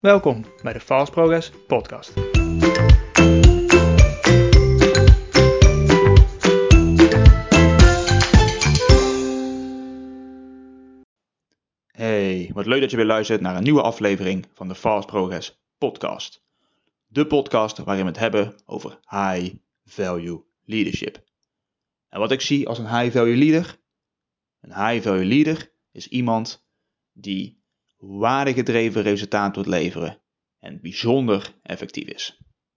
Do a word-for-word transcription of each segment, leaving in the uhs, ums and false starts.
Welkom bij de Fast Progress Podcast. Hey, wat leuk dat je weer luistert naar een nieuwe aflevering van de Fast Progress Podcast. De podcast waarin we het hebben over High Value Leadership. En wat ik zie als een High Value Leader? Een High Value Leader is iemand die waardegedreven resultaten moet leveren en bijzonder effectief is.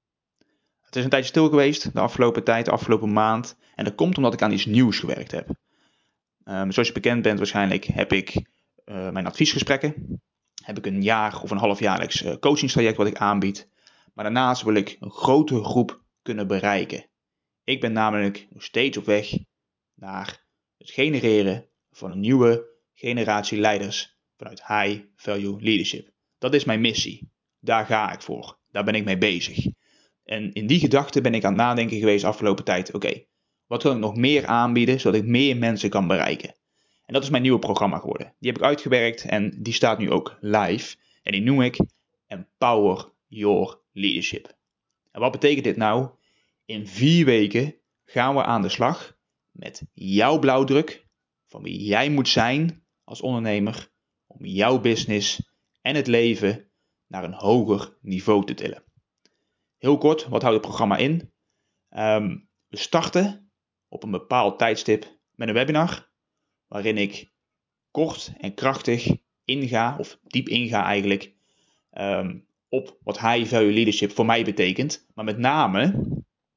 Het is een tijdje stil geweest de afgelopen tijd, de afgelopen maand. En dat komt omdat ik aan iets nieuws gewerkt heb. Um, zoals je bekend bent waarschijnlijk heb ik uh, mijn adviesgesprekken. Heb ik een jaar of een halfjaarlijks uh, coachingstraject wat ik aanbied. Maar daarnaast wil ik een grotere groep kunnen bereiken. Ik ben namelijk nog steeds op weg naar het genereren van een nieuwe generatie leiders vanuit High Value Leadership. Dat is mijn missie. Daar ga ik voor. Daar ben ik mee bezig. En in die gedachte ben ik aan het nadenken geweest de afgelopen tijd. Oké, okay, wat wil ik nog meer aanbieden zodat ik meer mensen kan bereiken? En dat is mijn nieuwe programma geworden. Die heb ik uitgewerkt en die staat nu ook live. En die noem ik Empower Your Leadership. En wat betekent dit nou? In vier weken gaan we aan de slag met jouw blauwdruk van wie jij moet zijn als ondernemer om jouw business en het leven naar een hoger niveau te tillen. Heel kort, wat houdt het programma in? Um, we starten op een bepaald tijdstip met een webinar waarin ik kort en krachtig inga, of diep inga eigenlijk, um, op wat High Value Leadership voor mij betekent. Maar met name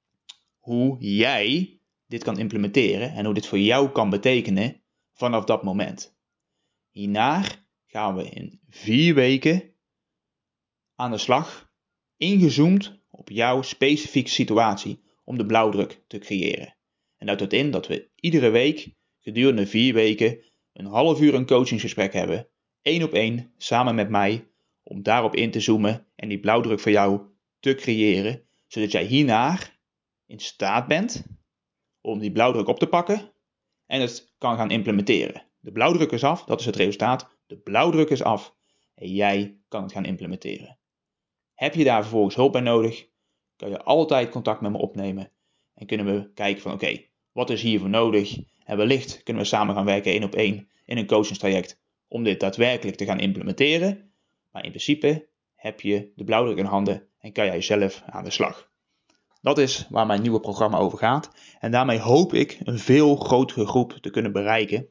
hoe jij dit kan implementeren en hoe dit voor jou kan betekenen vanaf dat moment. Hierna gaan we in vier weken aan de slag, ingezoomd op jouw specifieke situatie om de blauwdruk te creëren. En dat houdt in dat we iedere week gedurende vier weken een half uur een coachingsgesprek hebben, één op één, samen met mij, om daarop in te zoomen en die blauwdruk voor jou te creëren, zodat jij hierna in staat bent om die blauwdruk op te pakken en het kan gaan implementeren. De blauwdruk is af, dat is het resultaat. De blauwdruk is af en jij kan het gaan implementeren. Heb je daar vervolgens hulp bij nodig, kan je altijd contact met me opnemen en kunnen we kijken van oké, okay, wat is hiervoor nodig? En wellicht kunnen we samen gaan werken één op één in een coachingstraject om dit daadwerkelijk te gaan implementeren. Maar in principe heb je de blauwdruk in handen en kan jij zelf aan de slag. Dat is waar mijn nieuwe programma over gaat. En daarmee hoop ik een veel grotere groep te kunnen bereiken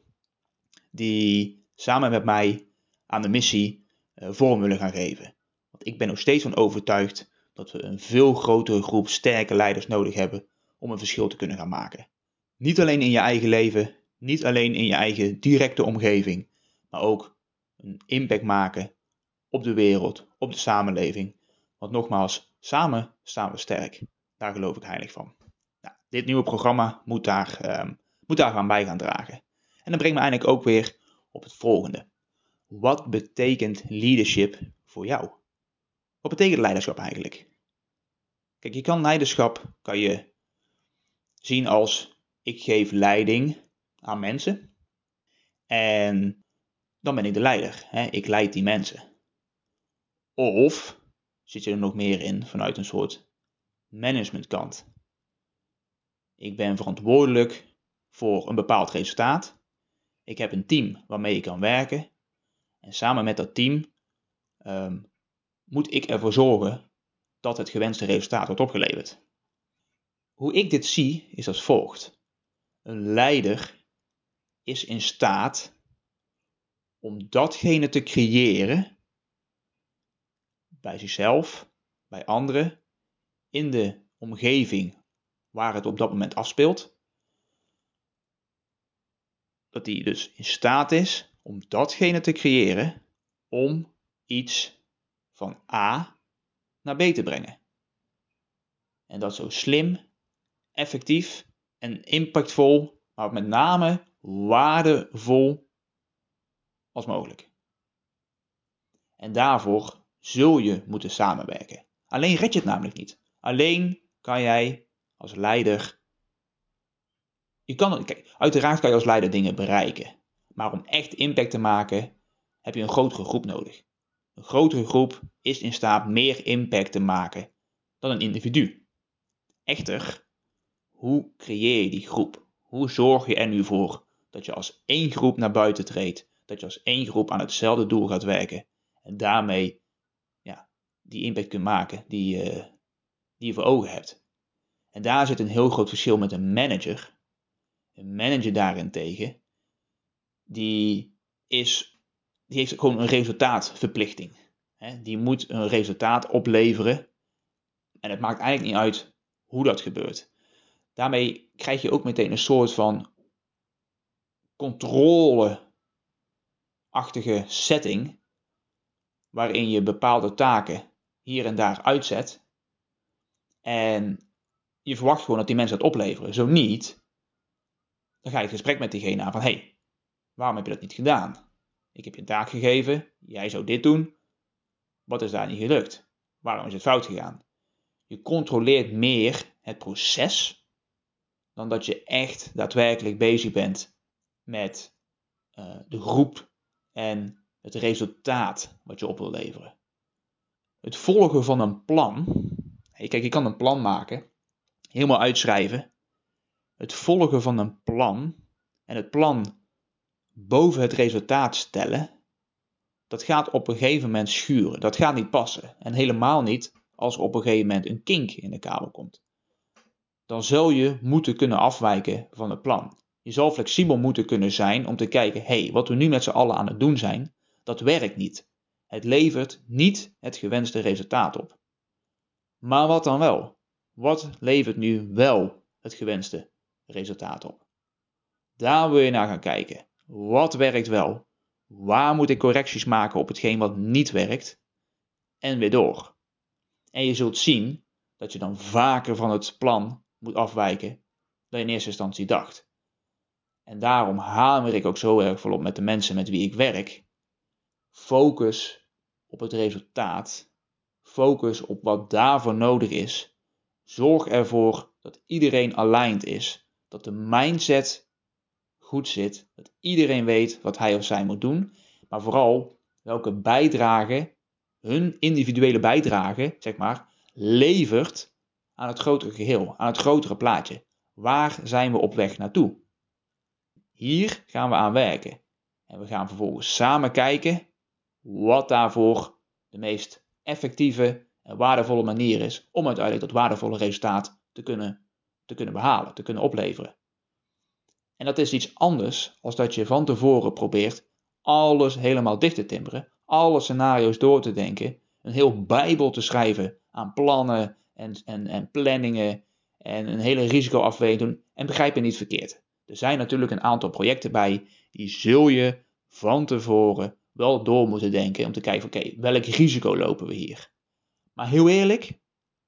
die samen met mij aan de missie uh, vorm willen gaan geven. Want ik ben nog steeds van overtuigd dat we een veel grotere groep sterke leiders nodig hebben om een verschil te kunnen gaan maken. Niet alleen in je eigen leven, niet alleen in je eigen directe omgeving, maar ook een impact maken op de wereld, op de samenleving. Want nogmaals, samen staan we sterk. Daar geloof ik heilig van. Nou, dit nieuwe programma moet daar, um, moet daar gaan bij gaan dragen. En dat brengt me eigenlijk ook weer op het volgende. Wat betekent leadership voor jou? Wat betekent leiderschap eigenlijk? Kijk, je kan leiderschap kan je zien als ik geef leiding aan mensen. En dan ben ik de leider. Hè? Ik leid die mensen. Of zit je er nog meer in vanuit een soort managementkant. Ik ben verantwoordelijk voor een bepaald resultaat. Ik heb een team waarmee ik kan werken. En samen met dat team um, moet ik ervoor zorgen dat het gewenste resultaat wordt opgeleverd. Hoe ik dit zie is als volgt. Een leider is in staat om datgene te creëren bij zichzelf, bij anderen, in de omgeving waar het op dat moment afspeelt. Dat hij dus in staat is om datgene te creëren om iets van A naar B te brengen. En dat zo slim, effectief en impactvol, maar met name waardevol als mogelijk. En daarvoor zul je moeten samenwerken. Alleen red je het namelijk niet. Alleen kan jij als leider... Je kan, kijk, uiteraard kan je als leider dingen bereiken. Maar om echt impact te maken heb je een grotere groep nodig. Een grotere groep is in staat meer impact te maken dan een individu. Echter, hoe creëer je die groep? Hoe zorg je er nu voor dat je als één groep naar buiten treedt, dat je als één groep aan hetzelfde doel gaat werken en daarmee ja, die impact kunt maken die, uh, die je voor ogen hebt? En daar zit een heel groot verschil met een manager. Een manager daarentegen, die, is, die heeft gewoon een resultaatverplichting. He, die moet een resultaat opleveren en het maakt eigenlijk niet uit hoe dat gebeurt. Daarmee krijg je ook meteen een soort van controleachtige setting, waarin je bepaalde taken hier en daar uitzet en je verwacht gewoon dat die mensen het opleveren. Zo niet, dan ga je het gesprek met diegene aan van, hé, hey, waarom heb je dat niet gedaan? Ik heb je een taak gegeven, jij zou dit doen, wat is daar niet gelukt? Waarom is het fout gegaan? Je controleert meer het proces dan dat je echt daadwerkelijk bezig bent met uh, de groep en het resultaat wat je op wil leveren. Het volgen van een plan. Hey, kijk, je kan een plan maken, helemaal uitschrijven. Het volgen van een plan en het plan boven het resultaat stellen, dat gaat op een gegeven moment schuren. Dat gaat niet passen. En helemaal niet als er op een gegeven moment een kink in de kabel komt. Dan zul je moeten kunnen afwijken van het plan. Je zal flexibel moeten kunnen zijn om te kijken, hé, hey, wat we nu met z'n allen aan het doen zijn, dat werkt niet. Het levert niet het gewenste resultaat op. Maar wat dan wel? Wat levert nu wel het gewenste resultaat op? Daar wil je naar gaan kijken. Wat werkt wel? Waar moet ik correcties maken op hetgeen wat niet werkt? En weer door. En je zult zien dat je dan vaker van het plan moet afwijken dan je in eerste instantie dacht. En daarom hamer ik ook zo erg volop met de mensen met wie ik werk. Focus op het resultaat. Focus op wat daarvoor nodig is. Zorg ervoor dat iedereen aligned is. Dat de mindset goed zit. Dat iedereen weet wat hij of zij moet doen. Maar vooral welke bijdrage, hun individuele bijdrage, zeg maar, levert aan het grotere geheel, aan het grotere plaatje. Waar zijn we op weg naartoe? Hier gaan we aan werken. En we gaan vervolgens samen kijken wat daarvoor de meest effectieve en waardevolle manier is om uiteindelijk dat waardevolle resultaat te kunnen, te kunnen behalen, te kunnen opleveren. En dat is iets anders als dat je van tevoren probeert alles helemaal dicht te timmeren, alle scenario's door te denken, een heel bijbel te schrijven aan plannen en, en, en planningen en een hele risicoafweging doen. En begrijp me niet verkeerd. Er zijn natuurlijk een aantal projecten bij, die zul je van tevoren wel door moeten denken om te kijken, oké, okay, welk risico lopen we hier? Maar heel eerlijk,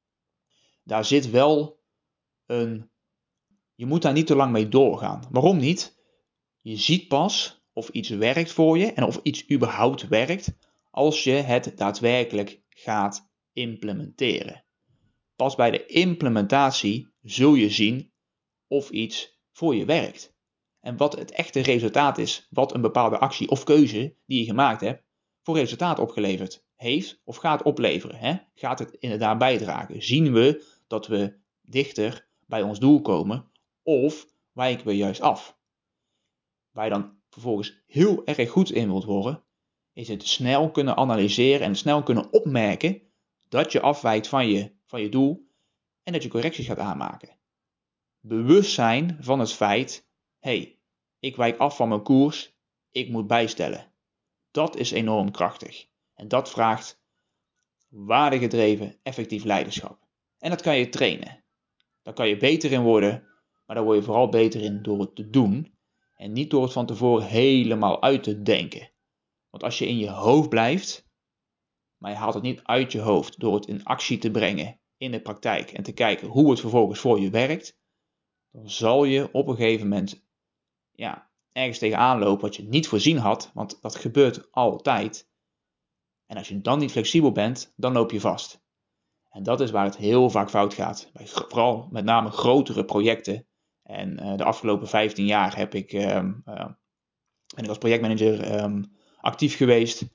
daar zit wel een... Je moet daar niet te lang mee doorgaan. Waarom niet? Je ziet pas of iets werkt voor je en of iets überhaupt werkt als je het daadwerkelijk gaat implementeren. Pas bij de implementatie zul je zien of iets voor je werkt. En wat het echte resultaat is, wat een bepaalde actie of keuze die je gemaakt hebt, voor resultaat opgeleverd heeft of gaat opleveren. Hè? Gaat het inderdaad bijdragen? Zien we dat we dichter bij ons doel komen of wijken we juist af? Waar je dan vervolgens heel erg goed in wilt worden, is het snel kunnen analyseren en snel kunnen opmerken dat je afwijkt van je, van je doel en dat je correcties gaat aanmaken. Bewustzijn van het feit, hé, hey, ik wijk af van mijn koers, ik moet bijstellen. Dat is enorm krachtig. En dat vraagt waardegedreven, effectief leiderschap. En dat kan je trainen. Daar kan je beter in worden, maar daar word je vooral beter in door het te doen en niet door het van tevoren helemaal uit te denken. Want als je in je hoofd blijft, maar je haalt het niet uit je hoofd door het in actie te brengen in de praktijk en te kijken hoe het vervolgens voor je werkt, dan zal je op een gegeven moment ja, ergens tegenaan lopen wat je niet voorzien had, want dat gebeurt altijd. En als je dan niet flexibel bent, dan loop je vast. En dat is waar het heel vaak fout gaat. Bij, vooral met name grotere projecten. En uh, de afgelopen vijftien jaar heb ik, um, uh, ben ik als projectmanager um, actief geweest.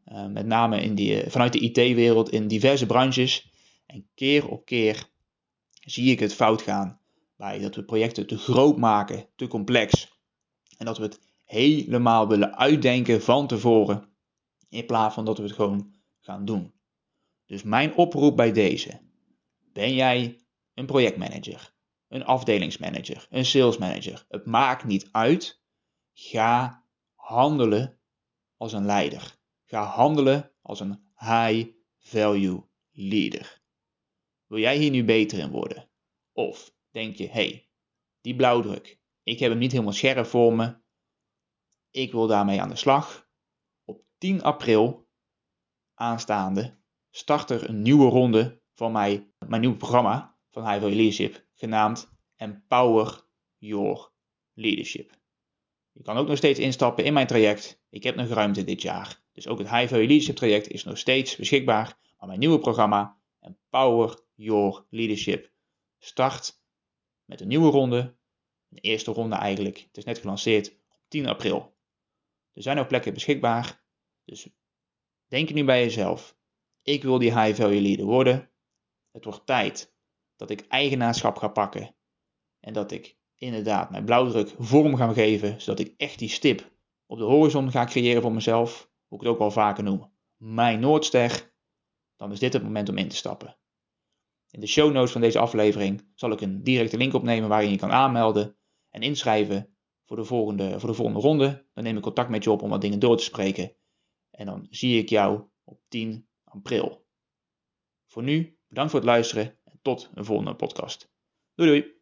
Uh, met name in die, vanuit de I T-wereld in diverse branches. En keer op keer zie ik het fout gaan bij dat we projecten te groot maken, te complex. En dat we het helemaal willen uitdenken van tevoren. In plaats van dat we het gewoon gaan doen. Dus mijn oproep bij deze. Ben jij een projectmanager, een afdelingsmanager, een salesmanager? Het maakt niet uit. Ga handelen als een leider. Ga handelen als een high value leader. Wil jij hier nu beter in worden? Of denk je, hé, hey, die blauwdruk, ik heb hem niet helemaal scherp voor me. Ik wil daarmee aan de slag. Op tien april aanstaande start er een nieuwe ronde van mijn, mijn nieuwe programma van High Value Leadership, genaamd Empower Your Leadership. Je kan ook nog steeds instappen in mijn traject. Ik heb nog ruimte dit jaar. Dus ook het High Value Leadership traject is nog steeds beschikbaar. Maar mijn nieuwe programma, Empower Your Leadership, start met een nieuwe ronde. Een eerste ronde eigenlijk. Het is net gelanceerd op tien april. Er zijn nog plekken beschikbaar. Dus denk je nu bij jezelf. Ik wil die High Value Leader worden. Het wordt tijd dat ik eigenaarschap ga pakken. En dat ik inderdaad mijn blauwdruk vorm ga geven. Zodat ik echt die stip op de horizon ga creëren voor mezelf. Hoe ik het ook wel vaker noem. Mijn Noordster. Dan is dit het moment om in te stappen. In de show notes van deze aflevering zal ik een directe link opnemen waarin je kan aanmelden. En inschrijven voor de volgende, voor de volgende ronde. Dan neem ik contact met je op om wat dingen door te spreken. En dan zie ik jou op tien april. Voor nu, bedankt voor het luisteren en tot een volgende podcast. Doei doei!